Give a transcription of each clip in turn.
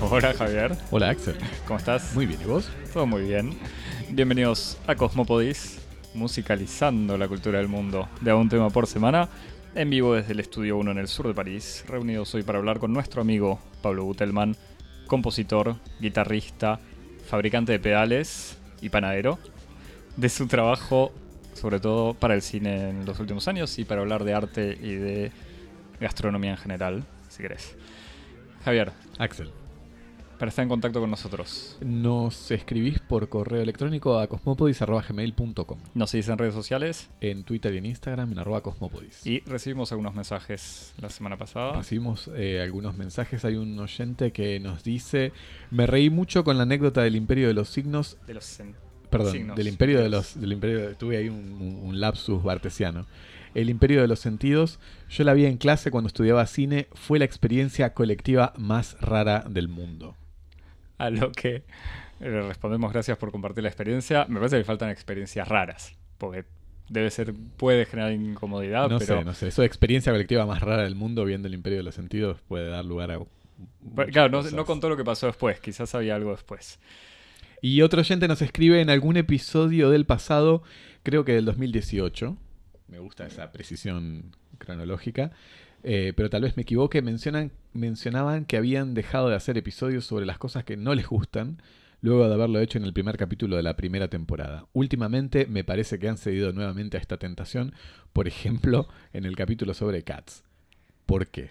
Hola Javier, Hola Axel. ¿cómo estás? Muy bien, ¿y vos? Todo muy bien. Bienvenidos a Cosmopodis, musicalizando la cultura del mundo de a un tema por semana, en vivo desde el Estudio 1 en el sur de París, reunidos hoy para hablar con nuestro amigo Pablo Butelman, compositor, guitarrista, fabricante de pedales y panadero, de su trabajo, sobre todo para el cine en los últimos años, y para hablar de arte y de gastronomía en general, si querés. Javier, Axel. para estar en contacto con nosotros, Nos escribís por correo electrónico a cosmopodis@gmail.com. nos seguís en redes sociales En Twitter y en Instagram en @cosmopodis. y recibimos algunos mensajes la semana pasada. Recibimos algunos mensajes. Hay un oyente que nos dice: me reí mucho con la anécdota del Imperio de los Signos. De los Perdón, signos, del Imperio de Dios. los... Tuve ahí un lapsus bartesiano. El Imperio de los Sentidos, yo la vi en clase cuando estudiaba cine. Fue la experiencia colectiva más rara del mundo. A lo que le respondemos gracias por compartir la experiencia. Me parece que faltan experiencias raras, porque puede generar incomodidad, No pero sé, no sé. Eso de experiencia colectiva más rara del mundo viendo el Imperio de los Sentidos puede dar lugar a muchas claro, cosas. no contó lo que pasó después, quizás había algo después. Y otro oyente nos escribe en algún episodio del pasado, creo que del 2018. Me gusta esa precisión cronológica. Pero tal vez me equivoque. Mencionaban que habían dejado de hacer episodios sobre las cosas que no les gustan, luego de haberlo hecho en el primer capítulo de la primera temporada. Últimamente me parece que han cedido nuevamente a esta tentación, por ejemplo, en el capítulo sobre Cats. ¿Por qué?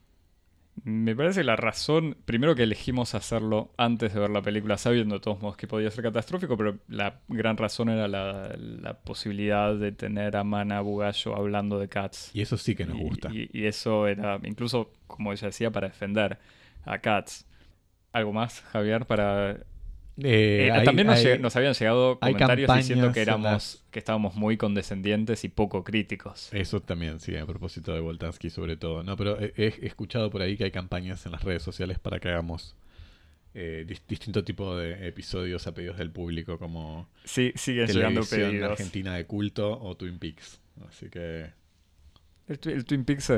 Me parece la razón, primero que elegimos hacerlo antes de ver la película, sabiendo de todos modos que podía ser catastrófico, pero la gran razón era la posibilidad de tener a Mana Bugallo hablando de Cats. Y eso sí que nos gusta. Y eso era, incluso, como ella decía, para defender a Cats. ¿Algo más, Javier, para...? También nos habían llegado hay comentarios diciendo campañas que estábamos muy condescendientes y poco críticos. Eso también, sí, a propósito de Voltansky sobre todo. No, pero he escuchado por ahí que hay campañas en las redes sociales para que hagamos distinto tipo de episodios a pedidos del público, como Sí, siguen llegando Televisión pedidos. Argentina de culto o Twin Peaks. Así que El Twin Peaks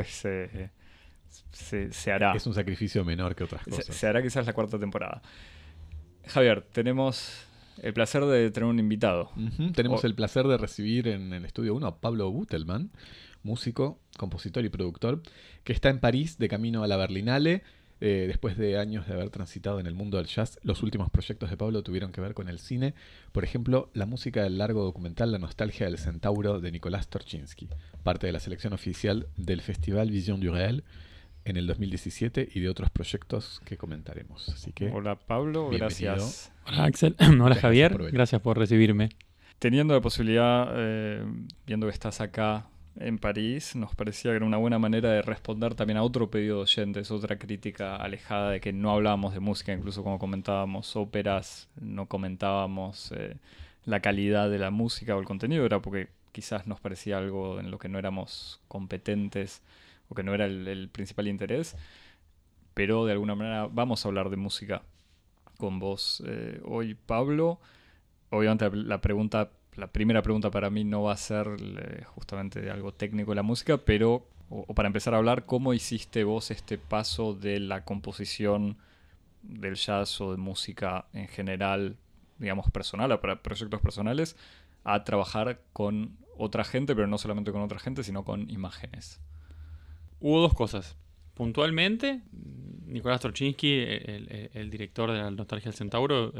se hará. es un sacrificio menor que otras cosas. Se hará quizás la cuarta temporada. Javier, tenemos el placer de tener un invitado. Tenemos el placer de recibir en el Estudio 1 a Pablo Butelman, músico, compositor y productor, que está en París de camino a la Berlinale. Después de años de haber transitado en el mundo del jazz, los últimos proyectos de Pablo tuvieron que ver con el cine. Por ejemplo, la música del largo documental La nostalgia del centauro de Nicolás Torchinsky, parte de la selección oficial del Festival Vision du Réel en el 2017 y de otros proyectos que comentaremos. Así que, hola Pablo, bienvenido. Gracias. Hola Axel, hola Gracias Javier, por venir. gracias por recibirme. Teniendo la posibilidad, viendo que estás acá en París, nos parecía que era una buena manera de responder también a otro pedido de oyentes, otra crítica alejada de que no hablábamos de música, incluso como comentábamos óperas, no comentábamos la calidad de la música o el contenido, era porque quizás nos parecía algo en lo que no éramos competentes o que no era el principal interés, pero de alguna manera vamos a hablar de música con vos hoy, Pablo. Obviamente la primera pregunta para mí no va a ser justamente de algo técnico de la música, pero o para empezar a hablar, ¿cómo hiciste vos este paso de la composición del jazz o de música en general, digamos personal, para proyectos personales, a trabajar con otra gente, pero no solamente con otra gente, sino con imágenes? Hubo dos cosas. Puntualmente, Nicolás Torchinsky, el director de La nostalgia del centauro,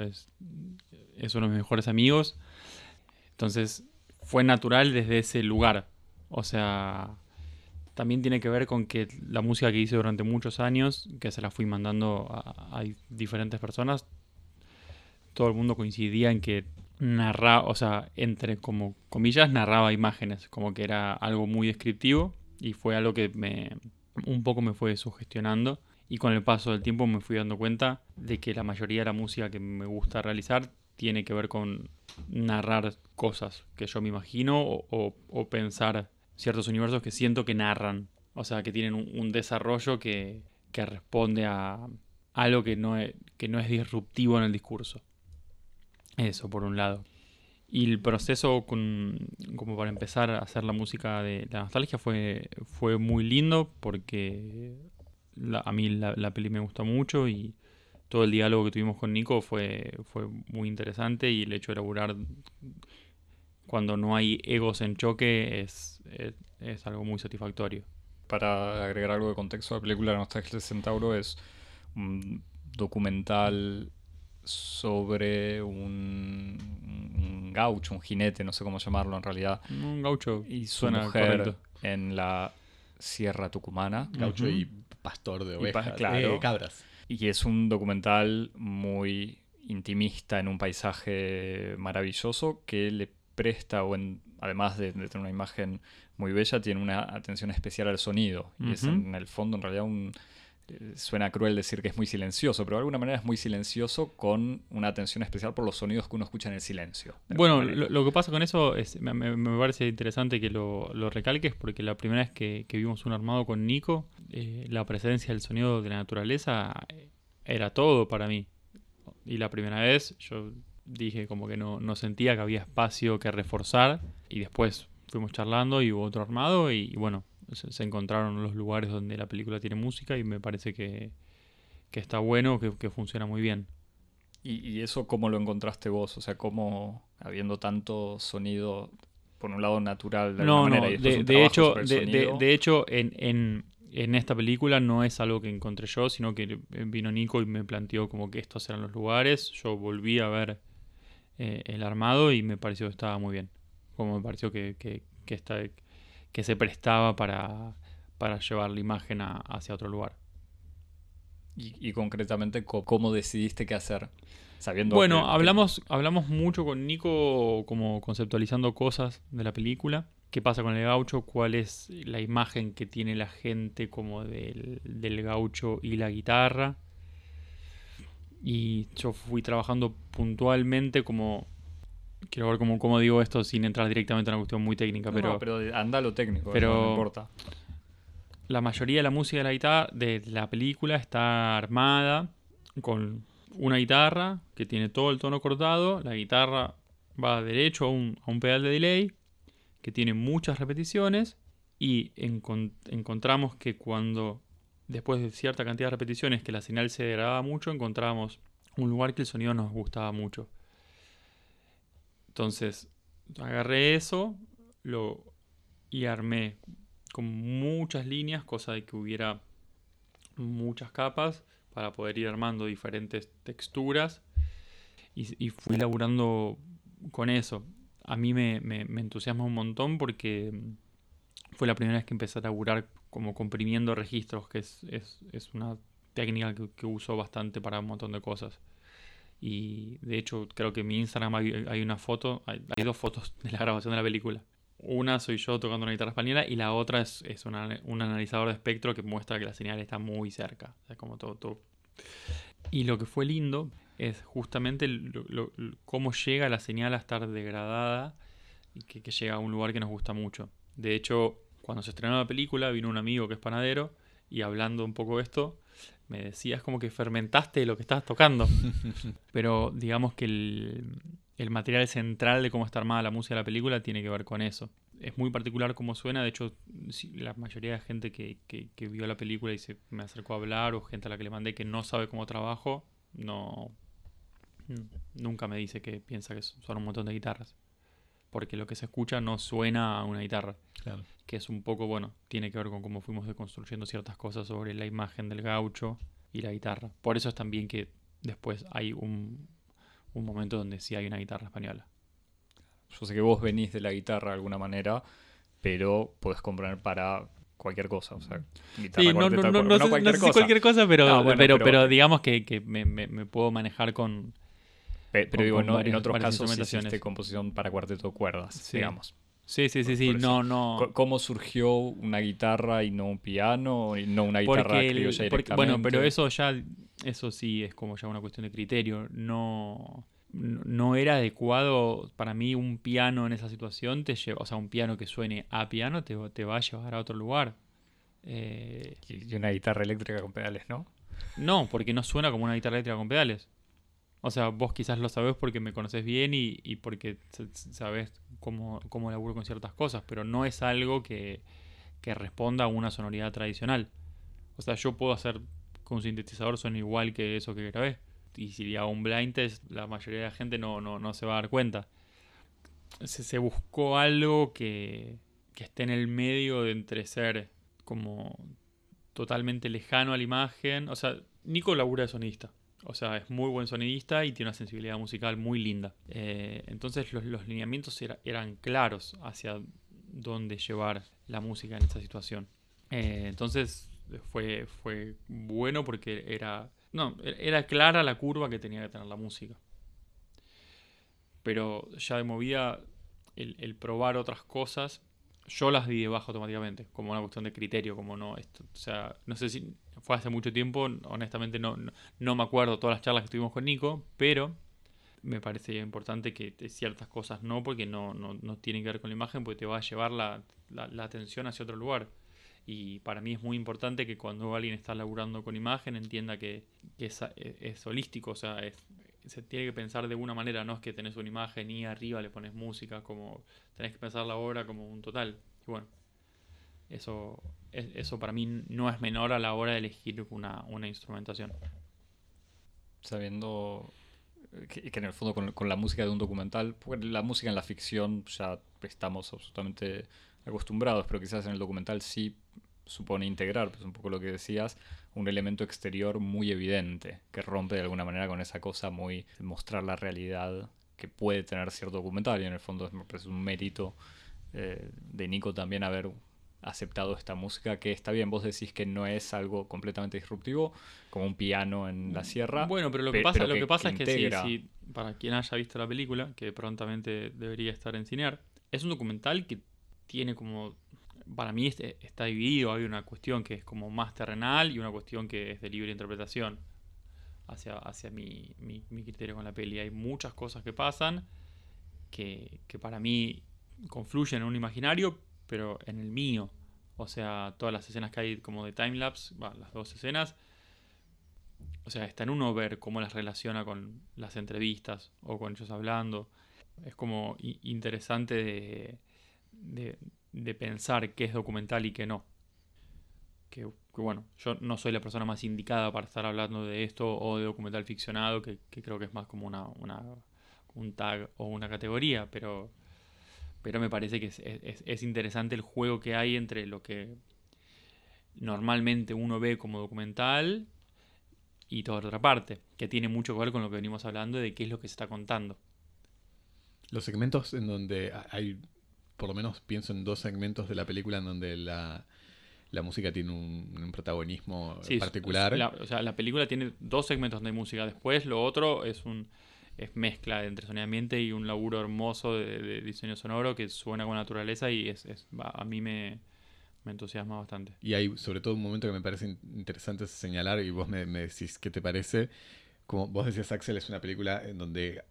es uno de mis mejores amigos. Entonces, fue natural desde ese lugar. O sea, también tiene que ver con que la música que hice durante muchos años, que se la fui mandando a diferentes personas, todo el mundo coincidía en que narraba, o sea, entre como comillas, narraba imágenes, como que era algo muy descriptivo, y fue algo que un poco me fue sugestionando, y con el paso del tiempo me fui dando cuenta de que la mayoría de la música que me gusta realizar tiene que ver con narrar cosas que yo me imagino o pensar ciertos universos que siento que narran, o sea, que tienen un desarrollo que responde a algo que no es disruptivo en el discurso. Eso por un lado. Y el proceso como para empezar a hacer la música de la nostalgia fue muy lindo porque a mí la peli me gusta mucho y todo el diálogo que tuvimos con Nico fue muy interesante, y el hecho de laburar cuando no hay egos en choque es algo muy satisfactorio. Para agregar algo de contexto, la película La Nostalgia del Centauro es un documental sobre un gaucho, un jinete, no sé cómo llamarlo en realidad, Un gaucho y su suena mujer correcto. en la Sierra Tucumana. Gaucho Ujú. y pastor de Y ovejas. claro. Cabras. Y es un documental muy intimista en un paisaje maravilloso que le presta, además de tener una imagen muy bella, tiene una atención especial al sonido. Y es Ujú. en el fondo, en realidad, suena cruel decir que es muy silencioso, pero de alguna manera es muy silencioso con una atención especial por los sonidos que uno escucha en el silencio. de Bueno, alguna manera. lo que pasa con eso es, me parece interesante que lo recalques, porque la primera vez que vimos un armado con Nico, la presencia del sonido de la naturaleza era todo para mí. Y la primera vez yo dije como que no sentía que había espacio que reforzar, y después fuimos charlando y hubo otro armado, y bueno, se encontraron los lugares donde la película tiene música, y me parece que está bueno, que funciona muy bien. ¿Y eso cómo lo encontraste vos? O sea, cómo, habiendo tanto sonido, por un lado natural de alguna manera, y después un trabajo sobre el sonido. De hecho, en esta película no es algo que encontré yo, sino que vino Nico y me planteó como que estos eran los lugares. Yo volví a ver el armado y me pareció que estaba muy bien. Como me pareció que se prestaba para llevar la imagen hacia otro lugar. Y concretamente, ¿cómo decidiste qué hacer? Sabiendo Bueno, que- hablamos mucho con Nico, como conceptualizando cosas de la película. ¿Qué pasa con el gaucho? ¿Cuál es la imagen que tiene la gente como del gaucho y la guitarra? Y yo fui trabajando puntualmente como... Quiero ver cómo digo esto sin entrar directamente en una cuestión muy técnica, No, pero anda a lo técnico, pero no importa. la mayoría de la música de la guitarra de la película está armada con una guitarra que tiene todo el tono cortado. La guitarra va derecho a un pedal de delay que tiene muchas repeticiones, y encontramos que cuando después de cierta cantidad de repeticiones que la señal se degradaba mucho, encontramos un lugar que el sonido nos gustaba mucho. Entonces agarré eso y armé con muchas líneas, cosa de que hubiera muchas capas para poder ir armando diferentes texturas, y fui laburando con eso. A mí me entusiasma un montón porque fue la primera vez que empecé a laburar como comprimiendo registros, que es una técnica que uso bastante para un montón de cosas. Y de hecho creo que en mi Instagram hay una foto, hay dos fotos de la grabación de la película. Una soy yo tocando una guitarra española, y la otra es un analizador de espectro que muestra que la señal está muy cerca. O sea, como todo. Y lo que fue lindo es justamente cómo llega la señal a estar degradada, y que llega a un lugar que nos gusta mucho. De hecho, cuando se estrenó la película, vino un amigo que es panadero, y hablando un poco de esto, me decía, es como que fermentaste lo que estabas tocando. Pero digamos que el material central de cómo está armada la música de la película tiene que ver con eso. Es muy particular cómo suena. De hecho, la mayoría de gente que vio la película y se me acercó a hablar, o gente a la que le mandé que no sabe cómo trabajo, nunca me dice que piensa que son un montón de guitarras. Porque lo que se escucha no suena a una guitarra. Claro. Que es un poco, bueno, tiene que ver con cómo fuimos deconstruyendo ciertas cosas sobre la imagen del gaucho y la guitarra. Por eso es también que después hay un momento donde sí hay una guitarra española. Yo sé que vos venís de la guitarra de alguna manera, pero podés componer para cualquier cosa. O sea, guitarra, Sí, cuarteto, no sé, cualquier si cosa. cualquier cosa, pero, No, bueno, pero digamos que me puedo manejar con... Pero digo, con en otros varias casos instrumentaciones. hiciste composición para cuarteto de cuerdas, Sí. digamos. Sí, Por eso. no. ¿Cómo surgió una guitarra y no un piano? Y no una guitarra criolla directamente. Bueno, pero eso sí es como ya una cuestión de criterio. No era adecuado para mí un piano en esa situación. O sea, un piano que suene a piano te va a llevar a otro lugar. Y una guitarra eléctrica con pedales, ¿no? No, porque no suena como una guitarra eléctrica con pedales. O sea, vos quizás lo sabés porque me conocés bien y porque sabés cómo laburo con ciertas cosas, pero no es algo que responda a una sonoridad tradicional. O sea, yo puedo hacer con un sintetizador suena igual que eso que grabé. Y si hago un blind test, la mayoría de la gente no se va a dar cuenta. Se buscó algo que esté en el medio de entre ser como totalmente lejano a la imagen. O sea, Nico labura de sonidista. O sea, es muy buen sonidista y tiene una sensibilidad musical muy linda. Entonces los lineamientos eran claros hacia dónde llevar la música en esta situación. Entonces fue bueno porque era clara la curva que tenía que tener la música. Pero ya de movida, el probar otras cosas, yo las di de baja automáticamente, como una cuestión de criterio, como no, esto, o sea, no sé si fue hace mucho tiempo, honestamente no me acuerdo todas las charlas que tuvimos con Nico, pero me parece importante que ciertas cosas no, porque no tienen que ver con la imagen, porque te va a llevar la atención hacia otro lugar. Y para mí es muy importante que cuando alguien está laburando con imagen entienda que es holístico, o sea, se tiene que pensar de una manera, no es que tenés una imagen y arriba le pones música, como tenés que pensar la obra como un total. Y bueno, eso para mí no es menor a la hora de elegir una instrumentación. Sabiendo que en el fondo con la música de un documental, porque la música en la ficción ya estamos absolutamente acostumbrados, pero quizás en el documental sí supone integrar, pues un poco lo que decías, un elemento exterior muy evidente, que rompe de alguna manera con esa cosa muy mostrar la realidad que puede tener cierto documental, y en el fondo me parece un mérito de Nico también haber aceptado esta música, que está bien, vos decís que no es algo completamente disruptivo, como un piano en la sierra. Bueno, pero lo que pasa es que si para quien haya visto la película, que prontamente debería estar en Cinear, es un documental que tiene como, para mí está dividido, hay una cuestión que es como más terrenal y una cuestión que es de libre interpretación hacia mi criterio con la peli. Hay muchas cosas que pasan que para mí confluyen en un imaginario, pero en el mío. O sea, todas las escenas que hay como de timelapse, las dos escenas, o sea, está en uno ver cómo las relaciona con las entrevistas o con ellos hablando. Es como interesante de pensar qué es documental y qué no. Que bueno, yo no soy la persona más indicada para estar hablando de esto o de documental ficcionado, que creo que es más como un tag o una categoría, pero me parece que es interesante el juego que hay entre lo que normalmente uno ve como documental y toda otra parte, que tiene mucho que ver con lo que venimos hablando de qué es lo que se está contando. Los segmentos en donde hay, por lo menos pienso en 2 segmentos de la película en donde la música tiene un protagonismo particular. La película tiene 2 segmentos de música. Después lo otro es mezcla entre sonido y ambiente y un laburo hermoso de diseño sonoro que suena con naturaleza y a mí me entusiasma bastante. Y hay sobre todo un momento que me parece interesante señalar, y vos me decís qué te parece. Como vos decías, Axel, es una película en donde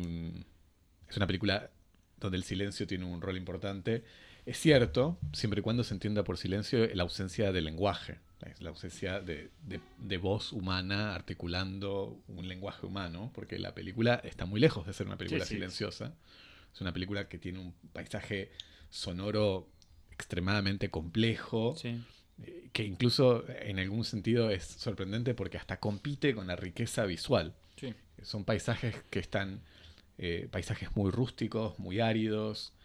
es una película donde el silencio tiene un rol importante. Es cierto, siempre y cuando se entienda por silencio la ausencia de lenguaje, la ausencia de voz humana articulando un lenguaje humano, porque la película está muy lejos de ser una película silenciosa. Es una película que tiene un paisaje sonoro extremadamente complejo, que incluso en algún sentido es sorprendente porque hasta compite con la riqueza visual. Sí. Son paisajes que están... paisajes muy rústicos, muy áridos,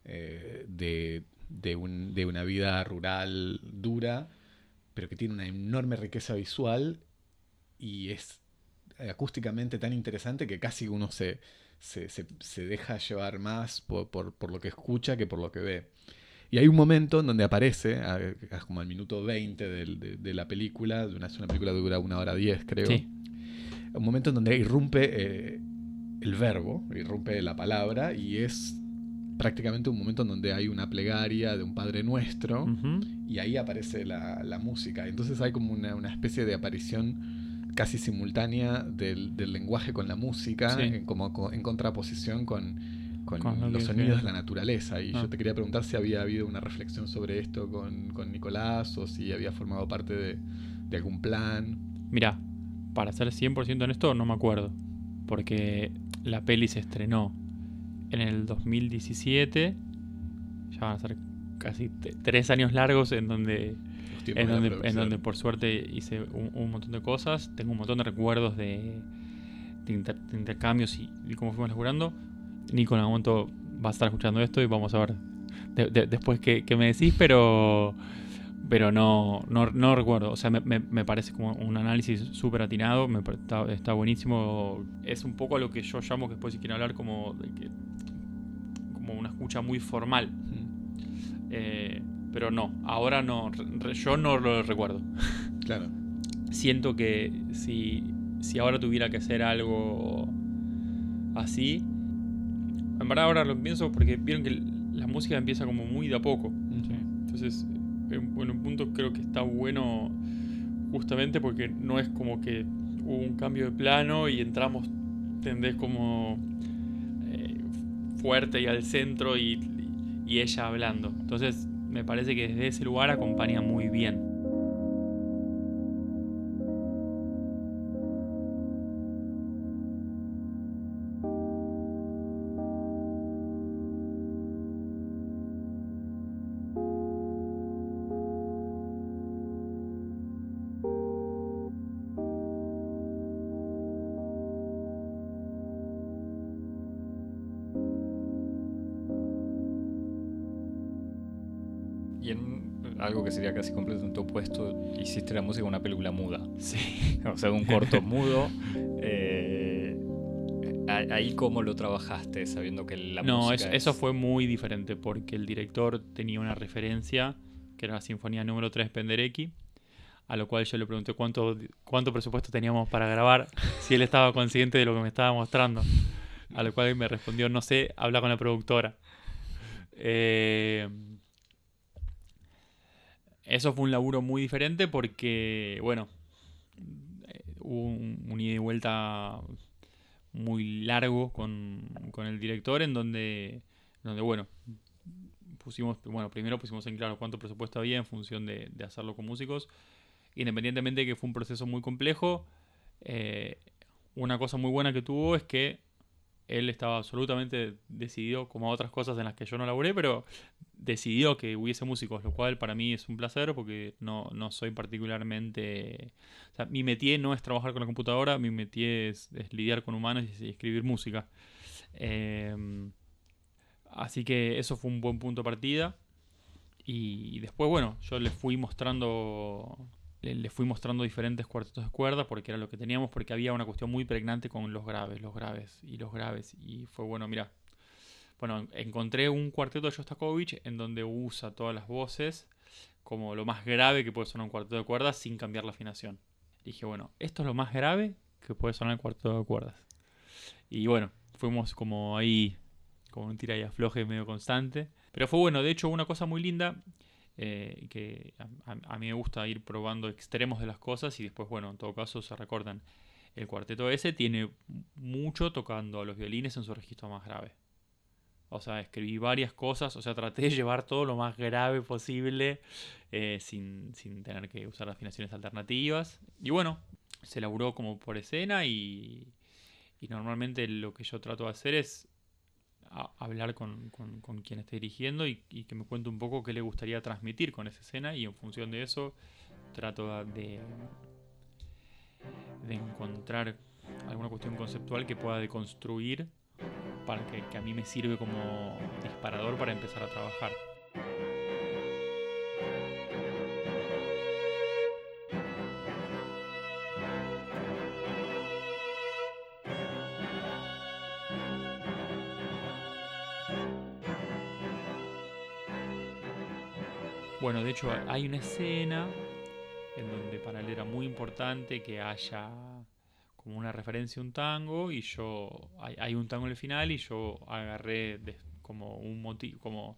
de una vida rural dura, pero que tiene una enorme riqueza visual y es acústicamente tan interesante que casi uno se deja llevar más por lo que escucha que por lo que ve. Y hay un momento en donde aparece, como al minuto 20 de la película, es una película que dura 1 hora 10, creo. Sí. Un momento en donde irrumpe el verbo, irrumpe la palabra, y es prácticamente un momento en donde hay una plegaria de un Padre Nuestro, y ahí aparece la música. Entonces hay como una especie de aparición casi simultánea del lenguaje con la música, como en contraposición con los sonidos de la naturaleza. Y yo te quería preguntar si había habido una reflexión sobre esto con Nicolás, o si había formado parte de algún plan. Mirá, para ser 100% honesto, no me acuerdo, porque la peli se estrenó en el 2017. Ya van a ser casi 3 años largos en donde los tiempos en de la donde, producción. en donde por suerte hice un montón de cosas. Tengo un montón de recuerdos de intercambios y cómo fuimos laburando. Nico en algún momento va a estar escuchando esto y vamos a ver después qué me decís, pero no recuerdo. O sea, me parece como un análisis súper atinado, está buenísimo. Es un poco a lo que yo llamo, que después si quiero hablar como una escucha muy formal. Pero no, ahora no, yo no lo recuerdo. Claro. Siento que si ahora tuviera que hacer algo así, en verdad ahora lo pienso porque vieron que la música empieza como muy de a poco. Entonces, en un punto creo que está bueno justamente porque no es como que hubo un cambio de plano y entramos, ¿entendés? Como fuerte y al centro y ella hablando. Entonces, me parece que desde ese lugar acompaña muy bien. Y en algo que sería casi completamente opuesto, hiciste la música de una película muda. Sí. O sea, de un corto mudo. Ahí cómo lo trabajaste, sabiendo que la música eso fue muy diferente porque el director tenía una referencia que era la Sinfonía número 3 Penderecki, a lo cual yo le pregunté cuánto presupuesto teníamos para grabar, si él estaba consciente de lo que me estaba mostrando, a lo cual él me respondió, no sé, habla con la productora. Eso fue un laburo muy diferente porque, bueno, hubo un ida y vuelta muy largo con el director en donde bueno, primero pusimos en claro cuánto presupuesto había en función de hacerlo con músicos. Independientemente de que fue un proceso muy complejo, una cosa muy buena que tuvo es que él estaba absolutamente decidido, como a otras cosas en las que yo no laburé, pero decidió que hubiese músicos, lo cual para mí es un placer porque no soy particularmente... O sea, mi métier no es trabajar con la computadora, mi métier es lidiar con humanos y escribir música. Así que eso fue un buen punto de partida. Y después, bueno, yo le fui mostrando diferentes cuartetos de cuerdas porque era lo que teníamos, porque había una cuestión muy pregnante con los graves. Y fue bueno, mira. Bueno, encontré un cuarteto de Shostakovich en donde usa todas las voces como lo más grave que puede sonar un cuarteto de cuerdas sin cambiar la afinación. Y dije, bueno, esto es lo más grave que puede sonar un cuarteto de cuerdas. Y bueno, fuimos como ahí, como un tira y afloje medio constante. Pero fue bueno, de hecho, una cosa muy linda, que a mí me gusta ir probando extremos de las cosas y después, bueno, en todo caso se recortan. El cuarteto ese tiene mucho tocando a los violines en su registro más grave. O sea, escribí varias cosas, o sea, traté de llevar todo lo más grave posible sin tener que usar afinaciones alternativas. Y bueno, se laburó como por escena y normalmente lo que yo trato de hacer es hablar con quien esté dirigiendo y que me cuente un poco qué le gustaría transmitir con esa escena y en función de eso trato de encontrar alguna cuestión conceptual que pueda deconstruir para que a mí me sirve como disparador para empezar a trabajar. Bueno, de hecho hay una escena en donde para él era muy importante que haya como una referencia a un tango y hay un tango en el final y yo agarré como un motivo, como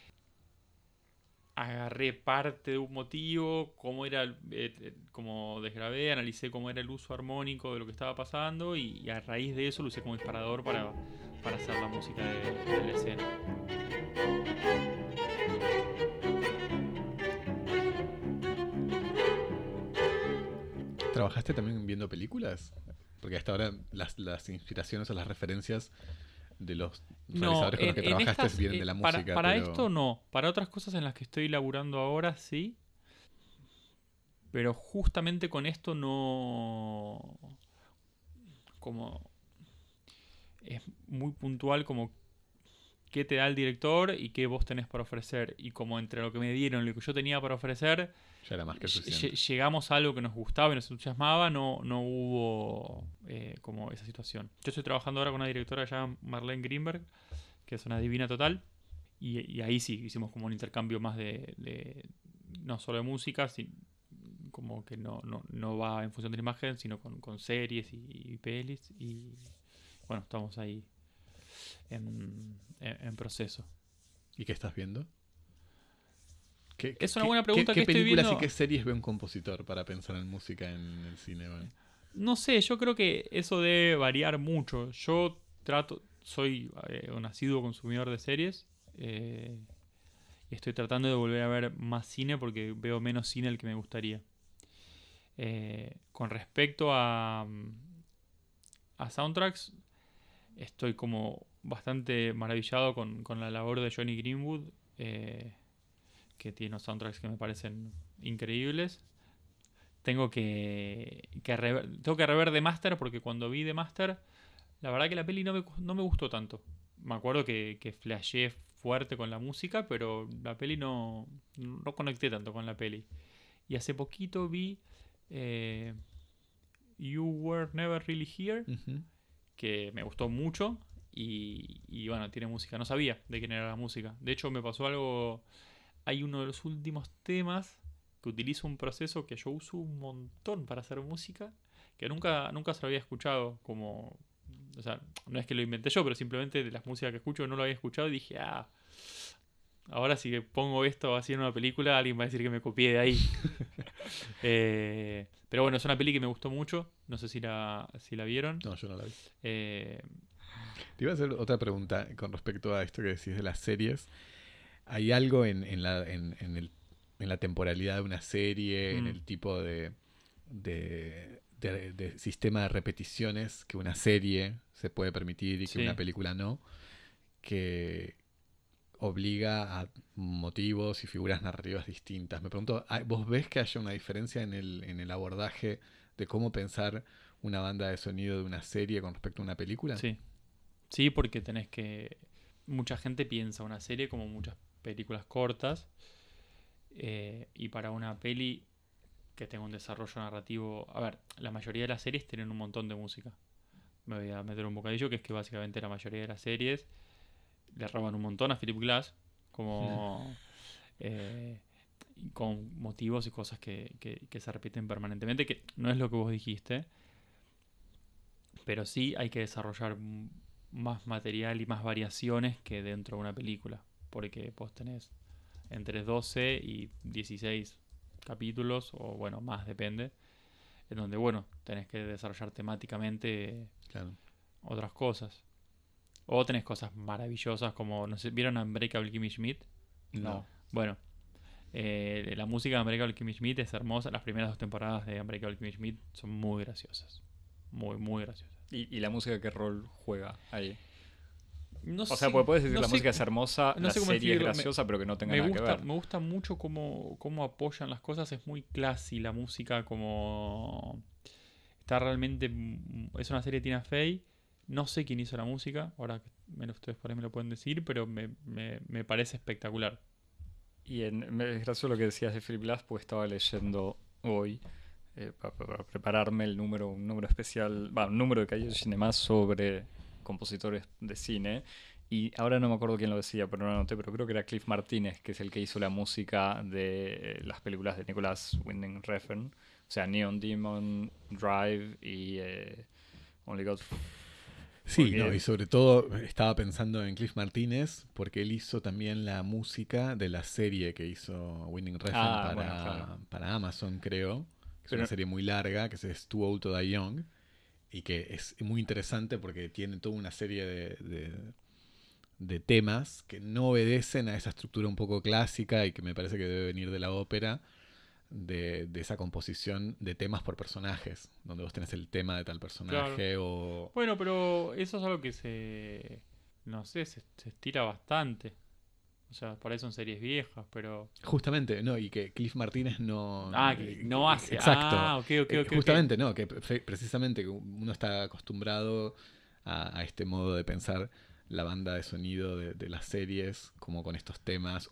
agarré parte de un motivo, cómo era, como desgrabé, analicé cómo era el uso armónico de lo que estaba pasando y a raíz de eso lo usé como disparador para hacer la música de la escena. ¿Trabajaste también viendo películas? Porque hasta ahora las inspiraciones o las referencias de los realizadores con los que trabajaste vienen de la música. Para esto no. Para otras cosas en las que estoy laburando ahora sí. Pero justamente con esto no... Como... Es muy puntual como qué te da el director y qué vos tenés para ofrecer. Y como entre lo que me dieron y lo que yo tenía para ofrecer, Ya era más que suficiente. llegamos a algo que nos gustaba y nos entusiasmaba, no hubo como esa situación. Yo estoy trabajando ahora con una directora llamada Marlene Greenberg, que es una divina total. Y ahí sí, hicimos como un intercambio más de no solo de música, como que no va en función de la imagen, sino con series y pelis. Y bueno, estamos ahí en proceso. ¿Y qué estás viendo? Es una buena pregunta. ¿Qué que estoy películas viendo? y qué series ve un compositor para pensar en música en el cine? Bueno? No sé, yo creo que eso debe variar mucho. Yo soy un asiduo consumidor de series. Y estoy tratando de volver a ver más cine porque veo menos cine del que me gustaría. Con respecto a soundtracks, estoy como bastante maravillado con la labor de Johnny Greenwood, que tiene unos soundtracks que me parecen increíbles. Tengo que rever The Master, porque cuando vi The Master, la verdad que la peli no me gustó tanto. Me acuerdo que flasheé fuerte con la música, pero la peli no conecté tanto con la peli. Y hace poquito vi You Were Never Really Here, que me gustó mucho. Y bueno, tiene música. No sabía de quién era la música. De hecho, me pasó algo. Hay uno de los últimos temas que utiliza un proceso que yo uso un montón para hacer música, que nunca se lo había escuchado. Como, o sea, no es que lo inventé yo, pero simplemente de las músicas que escucho no lo había escuchado y dije, ahora si pongo esto así en una película, alguien va a decir que me copié de ahí. Pero bueno, es una peli que me gustó mucho. No sé si la vieron. No, yo no la vi. Eh, Te iba a hacer otra pregunta con respecto a esto que decís de las series. ¿Hay algo en la temporalidad de una serie, en el tipo de sistema de repeticiones que una serie se puede permitir y que una película no, que obliga a motivos y figuras narrativas distintas? Me pregunto, ¿vos ves que haya una diferencia en el abordaje de cómo pensar una banda de sonido de una serie con respecto a una película? Sí, porque tenés que... Mucha gente piensa una serie como muchas películas cortas, y para una peli que tenga un desarrollo narrativo... A ver, la mayoría de las series tienen un montón de música. Me voy a meter un bocadillo, que es que básicamente la mayoría de las series le roban un montón a Philip Glass, como con motivos y cosas que se repiten permanentemente, que no es lo que vos dijiste, pero sí hay que desarrollar más material y más variaciones que dentro de una película, porque vos tenés entre 12 y 16 capítulos, o bueno, más depende, en donde, bueno, tenés que desarrollar temáticamente otras cosas. O tenés cosas maravillosas como, no sé, ¿vieron Unbreakable Kimmy Schmidt? No. Bueno, la música de Unbreakable Kimmy Schmidt es hermosa. Las primeras 2 temporadas de Unbreakable Kimmy Schmidt son muy graciosas. Muy, muy graciosas. ¿Y la música qué rol juega ahí? No o sea, porque puedes decir no la sé, música es hermosa, no la sé cómo serie es escribirlo. graciosa, pero que no tenga nada que ver. Me gusta mucho cómo apoyan las cosas. Es muy classy la música, como... Está realmente... Es una serie de Tina Fey. No sé quién hizo la música, ahora que ustedes por ahí me lo pueden decir, pero me parece espectacular. Y es gracioso lo que decías de Philip Glass, porque estaba leyendo hoy, para prepararme un número especial, un número de Cahiers Cinema sobre compositores de cine. Y ahora no me acuerdo quién lo decía, pero no lo anoté, pero creo que era Cliff Martínez, que es el que hizo la música de las películas de Nicholas Winding Refn. O sea, Neon Demon, Drive y Only God... Sí, no, y sobre todo estaba pensando en Cliff Martínez porque él hizo también la música de la serie que hizo Winding Refn para Amazon, creo. Es una serie muy larga que es Too Old to Die Young y que es muy interesante porque tiene toda una serie de temas que no obedecen a esa estructura un poco clásica y que me parece que debe venir de la ópera. De esa composición de temas por personajes, donde vos tenés el tema de tal personaje o... Bueno, pero eso es algo que no sé, se estira bastante. O O sea, por ahí son series viejas, pero... Justamente, no, y que Cliff Martínez no... que no hace. Exacto. Ok. Justamente, no, que precisamente que uno está acostumbrado a este modo de pensar la banda de sonido de las series, como con estos temas,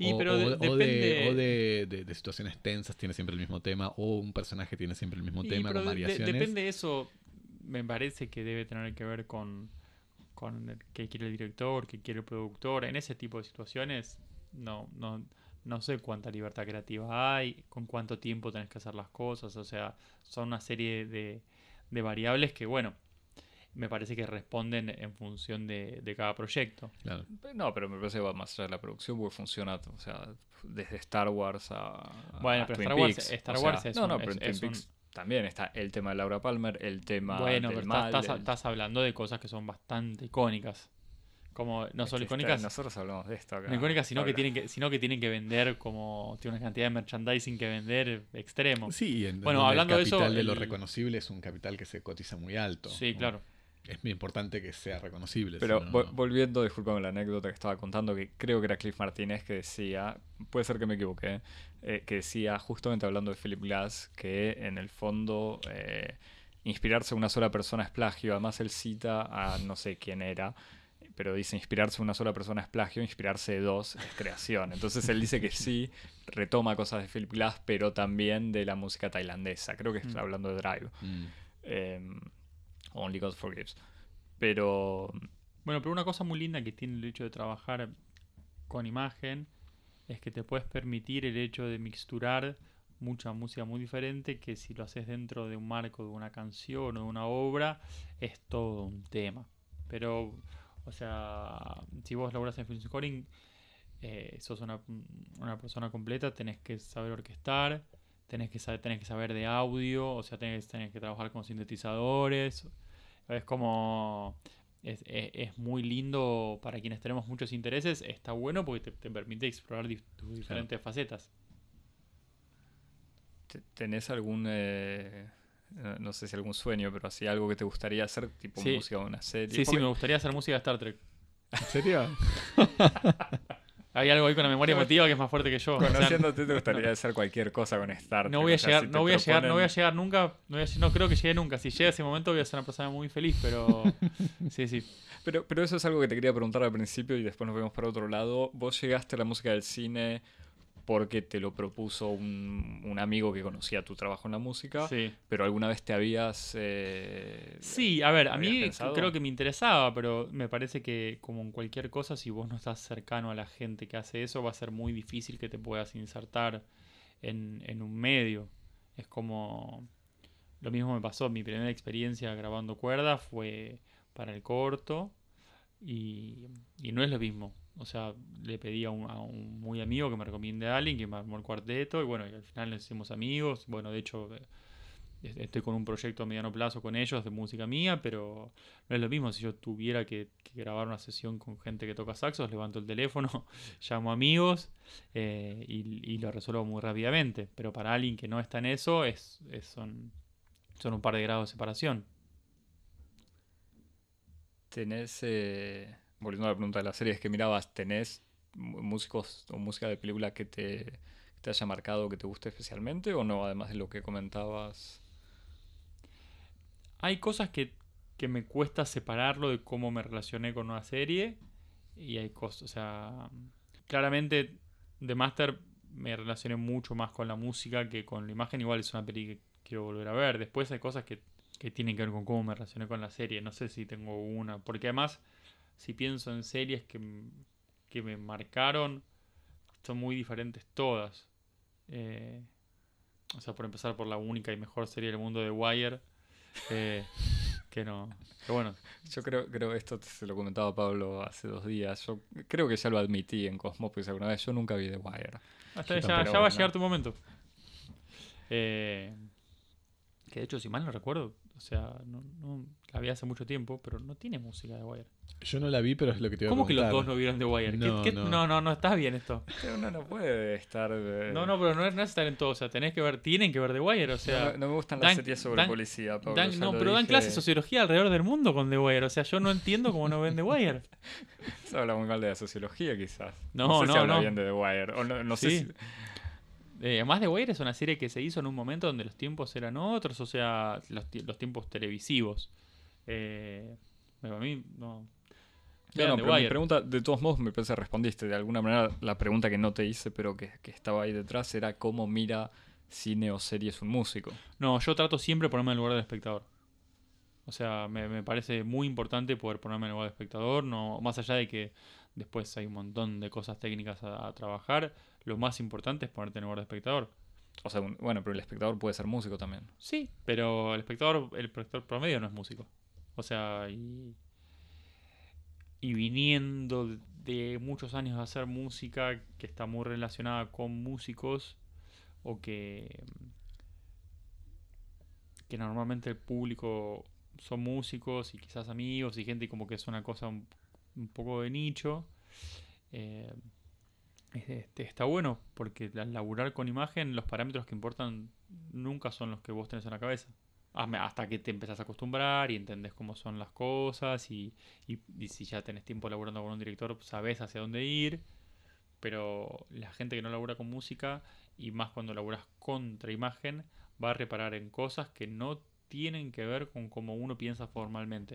de situaciones tensas tiene siempre el mismo tema, o un personaje tiene siempre el mismo tema con variaciones. Depende de eso, me parece que debe tener que ver con qué quiere el director, qué quiere el productor. En ese tipo de situaciones no sé cuánta libertad creativa hay, con cuánto tiempo tenés que hacer las cosas. O sea, son una serie de variables que, bueno, me parece que responden en función de cada proyecto. Claro. No, pero me parece que va más allá de la producción porque funciona, o sea, desde Star Wars bueno, a pero Twin Star Peaks. Wars es no, un- no, pero es- en Twin es Peaks también está el tema de Laura Palmer, el tema Bueno, del pero mal. estás hablando de cosas que son bastante icónicas. Como no solo icónicas, Nosotros hablamos de esto acá. no icónicas, sino que Pablo. tienen que vender, como tiene una cantidad de merchandising que vender extremo. Sí, Bueno, donde hablando de el eso, capital de lo reconocible es un capital que se cotiza muy alto. Sí, ¿no? claro. Es muy importante que sea reconocible. Pero si no, volviendo, disculpame la anécdota que estaba contando, que creo que era Cliff Martínez que decía, puede ser que me equivoqué, que decía, justamente hablando de Philip Glass, que en el fondo inspirarse en una sola persona es plagio. Además él cita a no sé quién era, pero dice inspirarse en una sola persona es plagio, inspirarse de dos es creación. Entonces él dice que sí, retoma cosas de Philip Glass, pero también de la música tailandesa. Creo que está hablando de Drive. Only God Forgives. Pero Bueno, pero una cosa muy linda que tiene el hecho de trabajar con imagen es que te puedes permitir el hecho de mixturar mucha música muy diferente, que si lo haces dentro de un marco de una canción o de una obra es todo un tema. Pero, o sea, si vos laburás en film scoring, sos una persona completa, tenés que saber orquestar, tenés que saber de audio, o sea, tenés que trabajar con sintetizadores. Es como... Es muy lindo para quienes tenemos muchos intereses. Está bueno porque te permite explorar tus diferentes facetas. ¿tenés algún, no sé si algún sueño, pero así algo que te gustaría hacer, tipo Sí. música o una serie? Sí, Porque me gustaría hacer música de Star Trek. ¿En serio? Hay algo ahí con la memoria emotiva que es más fuerte que yo. O sea, conociéndote te gustaría hacer cualquier cosa con Star Trek. no voy a o sea, llegar, si te no voy a llegar, no voy a proponen- llegar nunca, no creo que llegue nunca. Si llega ese momento voy a ser una persona muy feliz, pero sí. Pero eso es algo que te quería preguntar al principio y después nos vemos para otro lado. ¿Vos llegaste a la música del cine porque te lo propuso un amigo que conocía tu trabajo en la música? Sí. ¿Pero alguna vez te habías... Sí, a ver, a ¿habías mí pensado? creo que me interesaba, pero me parece que como en cualquier cosa, si vos no estás cercano a la gente que hace eso, va a ser muy difícil que te puedas insertar en un medio. Es como... Lo mismo me pasó, mi primera experiencia grabando cuerdas fue para el corto y no es lo mismo. O sea, le pedí a un muy amigo que me recomiende a alguien que me armó el cuarteto y bueno, y al final nos hicimos amigos. Bueno, de hecho, estoy con un proyecto a mediano plazo con ellos de música mía, pero no es lo mismo si yo tuviera que grabar una sesión con gente que toca saxos, levanto el teléfono, llamo amigos y lo resuelvo muy rápidamente. Pero para alguien que no está en eso, son un par de grados de separación. ¿Tenés, volviendo a la pregunta de las series que mirabas, tenés músicos o música de película que te haya marcado, que te guste especialmente o no? Además de lo que comentabas. Hay cosas que me cuesta separarlo de cómo me relacioné con una serie y hay cosas, o sea, claramente The Master me relacioné mucho más con la música que con la imagen. Igual es una peli que quiero volver a ver. Después hay cosas que tienen que ver con cómo me relacioné con la serie. No sé si tengo una, porque además si pienso en series que me marcaron, son muy diferentes todas. O sea, por empezar por la única y mejor serie del mundo de Wire, que no, que bueno. Yo creo esto se lo comentaba a Pablo hace 2 días. Yo creo que ya lo admití en Cosmópolis alguna vez. Yo nunca vi The Wire. Hasta Yo ya tampoco, va a no. llegar tu momento. Que de hecho, si mal no recuerdo, O sea, no la vi hace mucho tiempo, pero no tiene música de Wire. Yo no la vi, pero es lo que te iba a ¿Cómo que los preguntar. dos no vieron The Wire? No, no. No, está bien esto. Uno no puede estar... No, pero no es estar en todo. O sea, tienen que ver The Wire. O sea, no me gustan las series sobre policía, Pablo. pero dan clases de sociología alrededor del mundo con The Wire. O sea, yo no entiendo cómo no ven The Wire. Se habla muy mal de la sociología, quizás. No, sé si habla no. bien de The Wire. O no sé Sí. si... Además, The Wire es una serie que se hizo en un momento donde los tiempos eran otros. O sea, los tiempos televisivos. A mí no... No, Vean The pero mi Wire. pregunta, de todos modos, me parece que respondiste. De alguna manera, la pregunta que no te hice, pero que estaba ahí detrás, era cómo mira cine o series un músico. No, yo trato siempre de ponerme en el lugar del espectador. O sea, me parece muy importante poder ponerme en el lugar del espectador. No, más allá de que después hay un montón de cosas técnicas a trabajar, lo más importante es ponerte en el lugar del espectador. O sea, bueno, pero el espectador puede ser músico también. Sí, pero el espectador promedio no es músico. O sea, y viniendo de muchos años de hacer música que está muy relacionada con músicos o que normalmente el público son músicos y quizás amigos y gente como que es una cosa un poco de nicho, está bueno porque al laburar con imagen los parámetros que importan nunca son los que vos tenés en la cabeza. Hasta que te empezás a acostumbrar y entendés cómo son las cosas y si ya tenés tiempo laburando con un director sabés hacia dónde ir, pero la gente que no labura con música y más cuando laburas contra imagen va a reparar en cosas que no tienen que ver con cómo uno piensa formalmente.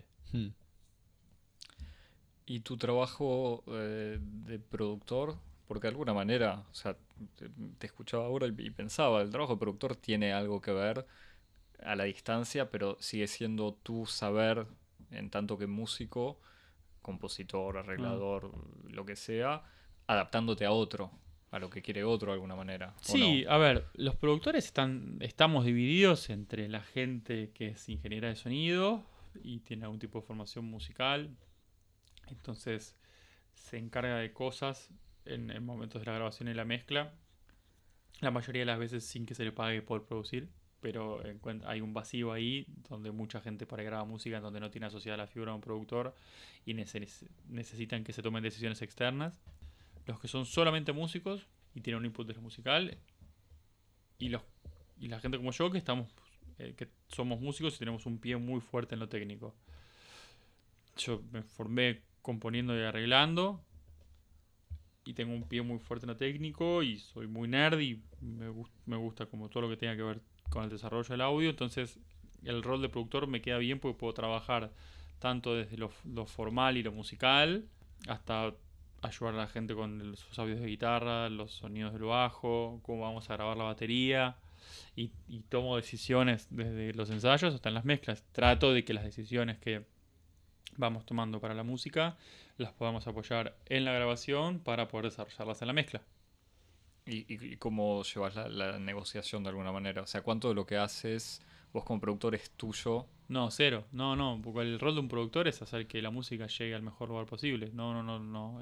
¿Y tu trabajo de productor? Porque de alguna manera, o sea, te escuchaba ahora y pensaba, el trabajo de productor tiene algo que ver a la distancia, pero sigue siendo tu saber en tanto que músico, compositor, arreglador, lo que sea, adaptándote a otro, a lo que quiere otro de alguna manera. Sí, ¿o no? a ver, los productores estamos divididos entre la gente que es ingeniera de sonido y tiene algún tipo de formación musical, entonces se encarga de cosas en momentos de la grabación y la mezcla, la mayoría de las veces sin que se le pague por producir, pero hay un vacío ahí donde mucha gente para grabar música, en donde no tiene asociada la figura de un productor y necesitan que se tomen decisiones externas. Los que son solamente músicos y tienen un input de lo musical y la gente como yo que que somos músicos y tenemos un pie muy fuerte en lo técnico. Yo me formé componiendo y arreglando y tengo un pie muy fuerte en lo técnico y soy muy nerd y me gusta como todo lo que tenga que ver con el desarrollo del audio. Entonces el rol de productor me queda bien porque puedo trabajar tanto desde lo formal y lo musical hasta ayudar a la gente con sus audios de guitarra, los sonidos del bajo, cómo vamos a grabar la batería y tomo decisiones desde los ensayos hasta en las mezclas. Trato de que las decisiones que vamos tomando para la música las podamos apoyar en la grabación para poder desarrollarlas en la mezcla. ¿Y cómo llevas la negociación de alguna manera? O sea, ¿cuánto de lo que haces vos como productor es tuyo? No, cero. No, porque el rol de un productor es hacer que la música llegue al mejor lugar posible. No.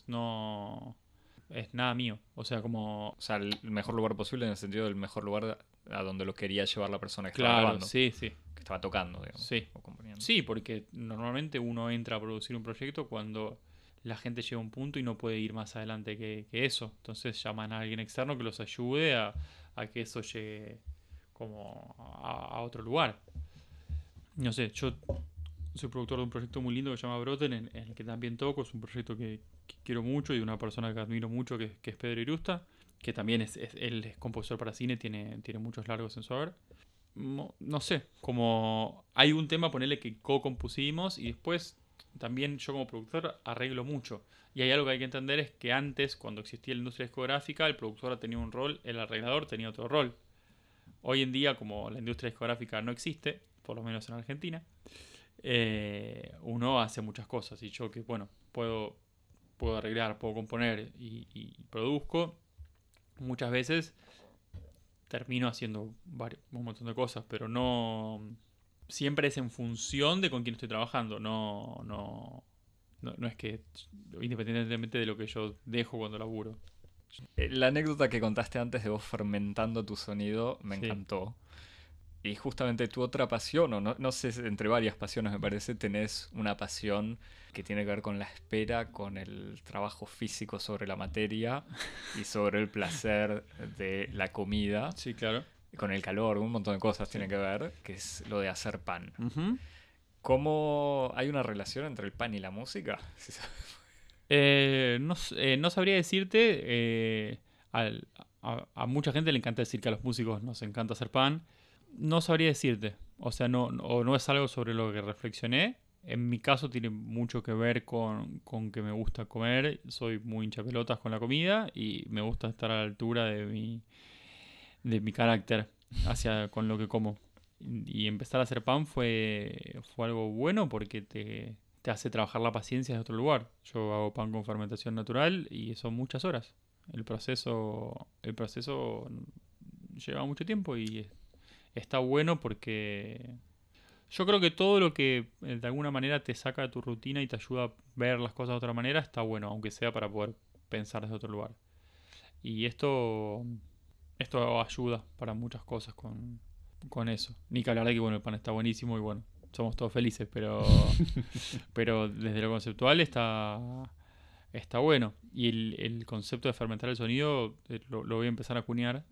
Es nada mío. O sea, como... O sea, el mejor lugar posible en el sentido del mejor lugar a donde lo quería llevar la persona que estaba Claro, grabando. sí. Que estaba tocando, digamos. Sí. O componiendo. Sí, porque normalmente uno entra a producir un proyecto cuando la gente llega a un punto y no puede ir más adelante que eso. Entonces llaman a alguien externo que los ayude a que eso llegue como a otro lugar. No sé, yo soy productor de un proyecto muy lindo que se llama Broten, en el que también toco. Es un proyecto que quiero mucho y de una persona que admiro mucho, que es Pedro Irusta, que también él es compositor para cine, tiene muchos largos en su haber. No sé, como hay un tema, ponele que co-compusimos y después también yo como productor arreglo mucho. Y hay algo que hay que entender es que antes, cuando existía la industria discográfica, el productor tenía un rol, el arreglador tenía otro rol. Hoy en día, como la industria discográfica no existe, por lo menos en Argentina, uno hace muchas cosas. Y yo que, bueno, puedo arreglar, puedo componer y produzco, muchas veces termino haciendo un montón de cosas, pero no siempre es en función de con quién estoy trabajando. No es que independientemente de lo que yo dejo cuando laburo. La anécdota que contaste antes de vos fermentando tu sonido me encantó. Y justamente tu otra pasión, o no sé, entre varias pasiones me parece, tenés una pasión que tiene que ver con la espera, con el trabajo físico sobre la materia y sobre el placer de la comida, Sí, claro. con el calor, un montón de cosas Sí. tiene que ver, que es lo de hacer pan. Ujú. ¿Cómo hay una relación entre el pan y la música? Sí, No sabría decirte. A mucha gente le encanta decir que a los músicos nos encanta hacer pan. No sabría decirte. O sea, no es algo sobre lo que reflexioné. En mi caso tiene mucho que ver con que me gusta comer. Soy muy hincha pelotas con la comida y me gusta estar a la altura de mi carácter con lo que como. Y empezar a hacer pan fue algo bueno porque te hace trabajar la paciencia de otro lugar. Yo hago pan con fermentación natural y son muchas horas. El proceso lleva mucho tiempo y está bueno porque yo creo que todo lo que de alguna manera te saca de tu rutina y te ayuda a ver las cosas de otra manera está bueno, aunque sea para poder pensar desde otro lugar. Y esto ayuda para muchas cosas con eso. Ni que hablar de que bueno, el pan está buenísimo y bueno, somos todos felices, pero desde lo conceptual está bueno. Y el concepto de fermentar el sonido lo voy a empezar a acuñar.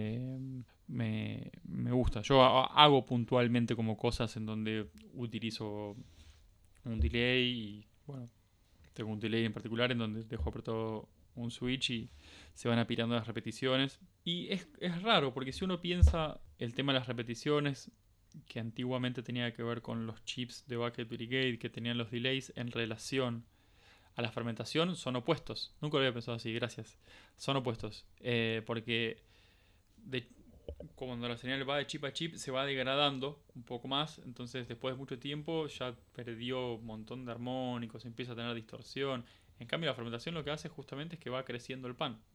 Me gusta. Yo hago puntualmente como cosas en donde utilizo un delay y bueno, tengo un delay en particular en donde dejo apretado un switch y se van apilando las repeticiones. Y es raro porque si uno piensa el tema de las repeticiones, que antiguamente tenía que ver con los chips de Bucket Brigade que tenían los delays en relación a la fermentación, son opuestos. Nunca lo había pensado así, gracias. Son opuestos. Porque cuando la señal va de chip a chip se va degradando un poco más, entonces después de mucho tiempo ya perdió un montón de armónicos, empieza a tener distorsión. En cambio la fermentación lo que hace justamente es que va creciendo el pan.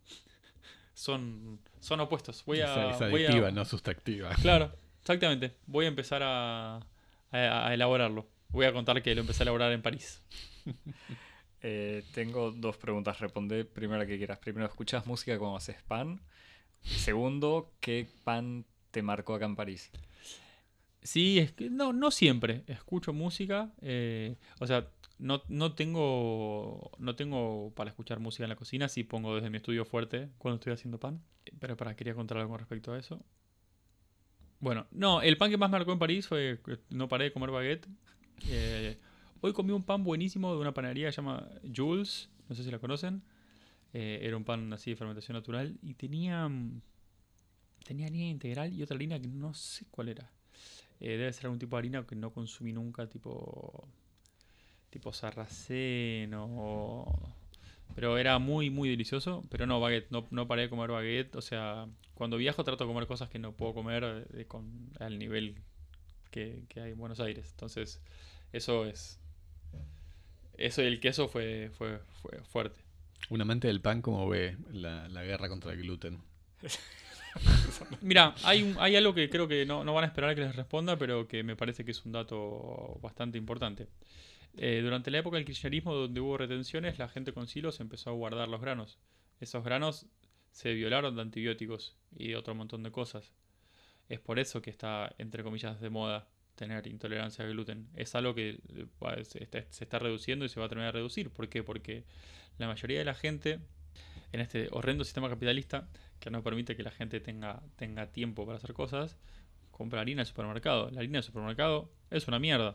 Son opuestos. Es aditiva, no sustractiva. Claro, exactamente. Voy a empezar a elaborarlo. Voy a contar que lo empecé a elaborar en París. Tengo dos preguntas. Responde primero la que quieras. Primero, ¿escuchas música cuando haces pan? Segundo, ¿qué pan te marcó acá en París? Sí, es que no siempre escucho música. O sea, no tengo para escuchar música en la cocina. Sí pongo desde mi estudio fuerte cuando estoy haciendo pan. Pero quería contar algo con respecto a eso. Bueno, no, el pan que más me marcó en París fue que no paré de comer baguette. Hoy comí un pan buenísimo de una panadería que se llama Jules. No sé si la conocen. Era un pan así de fermentación natural. Y tenía harina integral y otra harina que no sé cuál era. Debe ser algún tipo de harina que no consumí nunca, tipo sarraceno. Pero era muy, muy delicioso. Pero no, baguette. No paré de comer baguette. O sea, cuando viajo trato de comer cosas que no puedo comer al nivel que hay en Buenos Aires. Entonces, eso y el queso fue fuerte. Un amante del pan, ¿cómo ve la guerra contra el gluten? Mira, hay algo que creo que no van a esperar a que les responda, pero que me parece que es un dato bastante importante. Durante la época del kirchnerismo, donde hubo retenciones, la gente con silos empezó a guardar los granos. Esos granos se violaron de antibióticos y de otro montón de cosas. Es por eso que está, entre comillas, de moda tener intolerancia al gluten. Es algo que se está reduciendo y se va a terminar de reducir. ¿Por qué? Porque la mayoría de la gente, en este horrendo sistema capitalista, que no permite que la gente tenga tiempo para hacer cosas, compra harina del supermercado. La harina del supermercado es una mierda.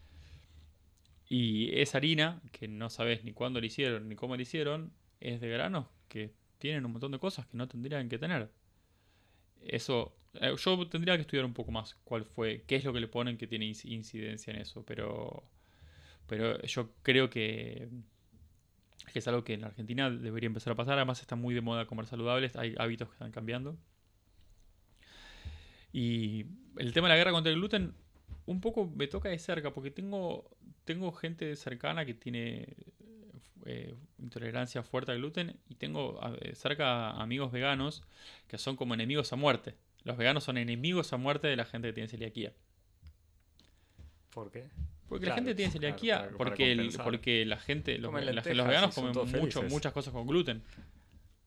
Y esa harina, que no sabes ni cuándo la hicieron ni cómo la hicieron, es de granos que tienen un montón de cosas que no tendrían que tener. Eso, yo tendría que estudiar un poco más qué es lo que le ponen que tiene incidencia en eso, pero yo creo que es algo que en la Argentina debería empezar a pasar. Además está muy de moda comer saludables, hay hábitos que están cambiando. Y el tema de la guerra contra el gluten un poco me toca de cerca porque tengo gente cercana que tiene intolerancia fuerte al gluten y tengo cerca amigos veganos que son como enemigos a muerte. Los veganos son enemigos a muerte de la gente que tiene celiaquía. ¿Por qué? Porque la gente tiene celiaquía, porque la gente, los veganos comen muchas cosas con gluten.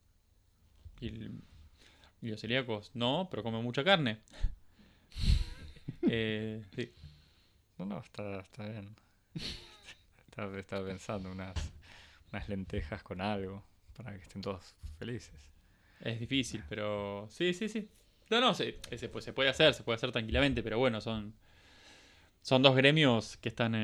Y los celíacos no, pero comen mucha carne. Sí. No, está bien. Estaba pensando unas lentejas con algo para que estén todos felices. Es difícil, pero sí. No, se puede hacer tranquilamente, pero bueno, son dos gremios que están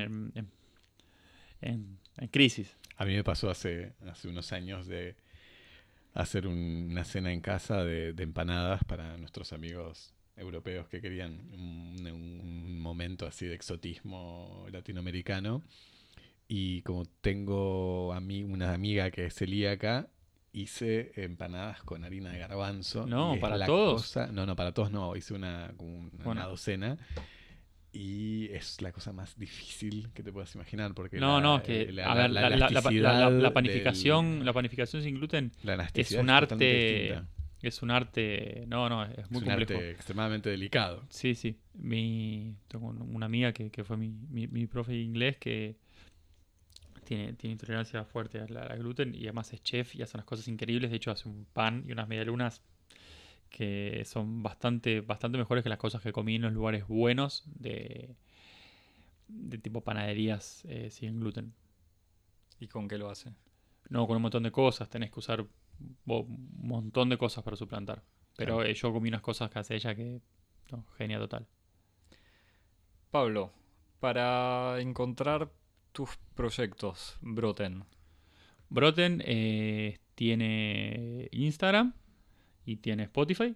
en crisis. A mí me pasó hace unos años de hacer una cena en casa de empanadas para nuestros amigos europeos que querían un momento así de exotismo latinoamericano. Y como tengo una amiga que es celíaca, hice empanadas con harina de garbanzo. No, y es ¿para la todos? cosa- no, para todos no. Hice una Bueno. docena. Y es la cosa más difícil que te puedas imaginar. Porque No, a ver, la panificación, la panificación sin gluten la es elasticidad un es totalmente arte. distinta. Es un arte. No, es muy Es un complejo. arte extremadamente delicado. Sí. Tengo una amiga que fue mi profe de inglés que tiene intolerancia fuerte al gluten y además es chef y hace unas cosas increíbles. De hecho, hace un pan y unas medialunas que son bastante mejores que las cosas que comí en los lugares buenos de tipo panaderías sin gluten. ¿Y con qué lo hace? No, con un montón de cosas. Tenés que usar un montón de cosas para suplantar. Pero Claro. yo comí unas cosas que hace ella que... No, genia total. Pablo, para encontrar tus proyectos, Broten. Broten tiene Instagram y tiene Spotify.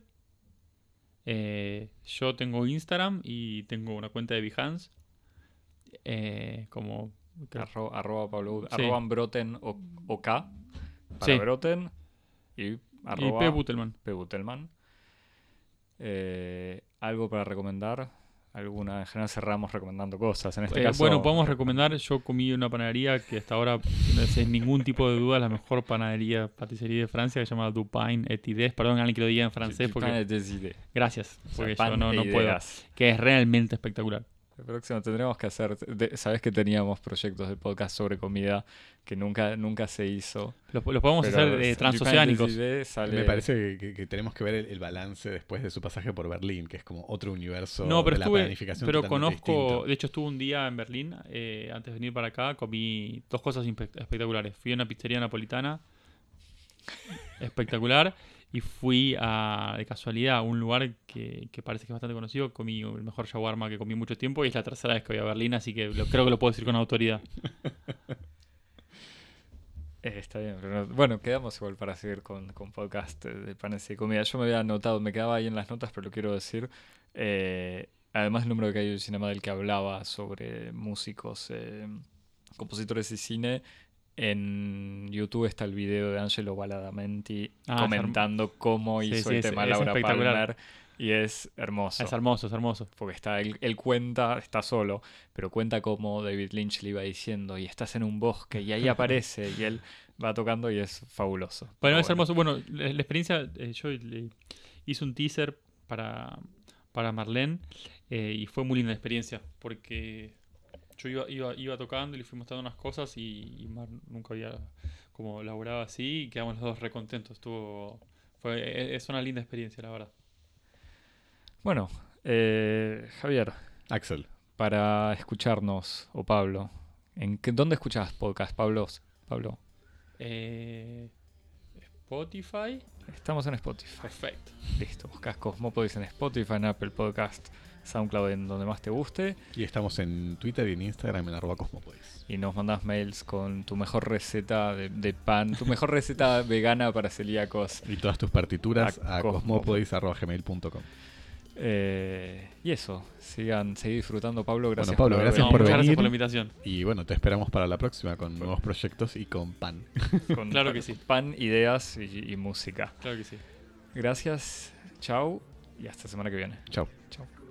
Yo tengo Instagram y tengo una cuenta de Behance. Como... Arroba Pablo, Sí. arroba Broten OK para Sí. Broten y Y arroba P. Butelman. P. Butelman. ¿Algo para recomendar? En general cerramos recomendando cosas. En este caso, Bueno, podemos recomendar. Yo comí una panadería que hasta ahora, sin ningún tipo de duda, es la mejor paticería de Francia, que se llama Dupin et Idées. Perdón, alguien que lo diga en francés. Pan Porque... et des idées. Gracias, O sea, porque pan yo no e puedo. ideas. Que es realmente espectacular. El próximo tendremos que hacer. Sabes que teníamos proyectos de podcast sobre comida que nunca se hizo. Los podemos Pero hacer transoceánicos. Dupin et des idées sale- Me parece que tenemos que ver el balance después de su pasaje por Berlín, que es como otro universo No, pero de la planificación pero totalmente conozco, distinto. de hecho estuve un día en Berlín, antes de venir para acá, comí dos cosas espectaculares. Fui a una pizzería napolitana espectacular y fui de casualidad a un lugar que parece que es bastante conocido. Comí el mejor shawarma que comí en mucho tiempo y es la tercera vez que voy a Berlín, así que creo que lo puedo decir con autoridad. Está bien, pero bueno, quedamos igual para seguir con podcast de panes y comida. Yo me había anotado, me quedaba ahí en las notas, pero lo quiero decir. Además, el número de Cayo Cinema del que hablaba sobre músicos, compositores y cine. En YouTube está el video de Angelo Badalamenti comentando cómo hizo el tema Laura Palmer. Y es hermoso. Es hermoso. Porque él cuenta, está solo, pero cuenta cómo David Lynch le iba diciendo, y estás en un bosque, y ahí aparece, y él va tocando y es fabuloso. Bueno, es hermoso. Bueno, la experiencia, yo le hice un teaser para Marlene y fue muy linda la experiencia, porque yo iba tocando y le fui mostrando unas cosas y Mar nunca había como laburado así y quedamos los dos recontentos. Es una linda experiencia, la verdad. Bueno, Javier, Axel. para escucharnos, o Pablo, ¿dónde escuchas podcast, Pablo? Spotify. Estamos en Spotify. Perfecto. Listo, buscas Cosmópolis en Spotify, en Apple Podcast, SoundCloud, en donde más te guste. Y estamos en Twitter y en Instagram en @Cosmópolis. Y nos mandas mails con tu mejor receta de pan, tu mejor receta vegana para celíacos. Y todas tus partituras A a cosmopolis@gmail.com. Y eso, seguí disfrutando, Pablo. Gracias Pablo, haber gracias venido. por Muchas gracias venir. por la invitación. Y bueno, te esperamos para la próxima con nuevos proyectos y con pan. Con Claro que sí. pan, ideas y música. Claro que sí. Gracias, chau y hasta semana que viene. Chao. Chau.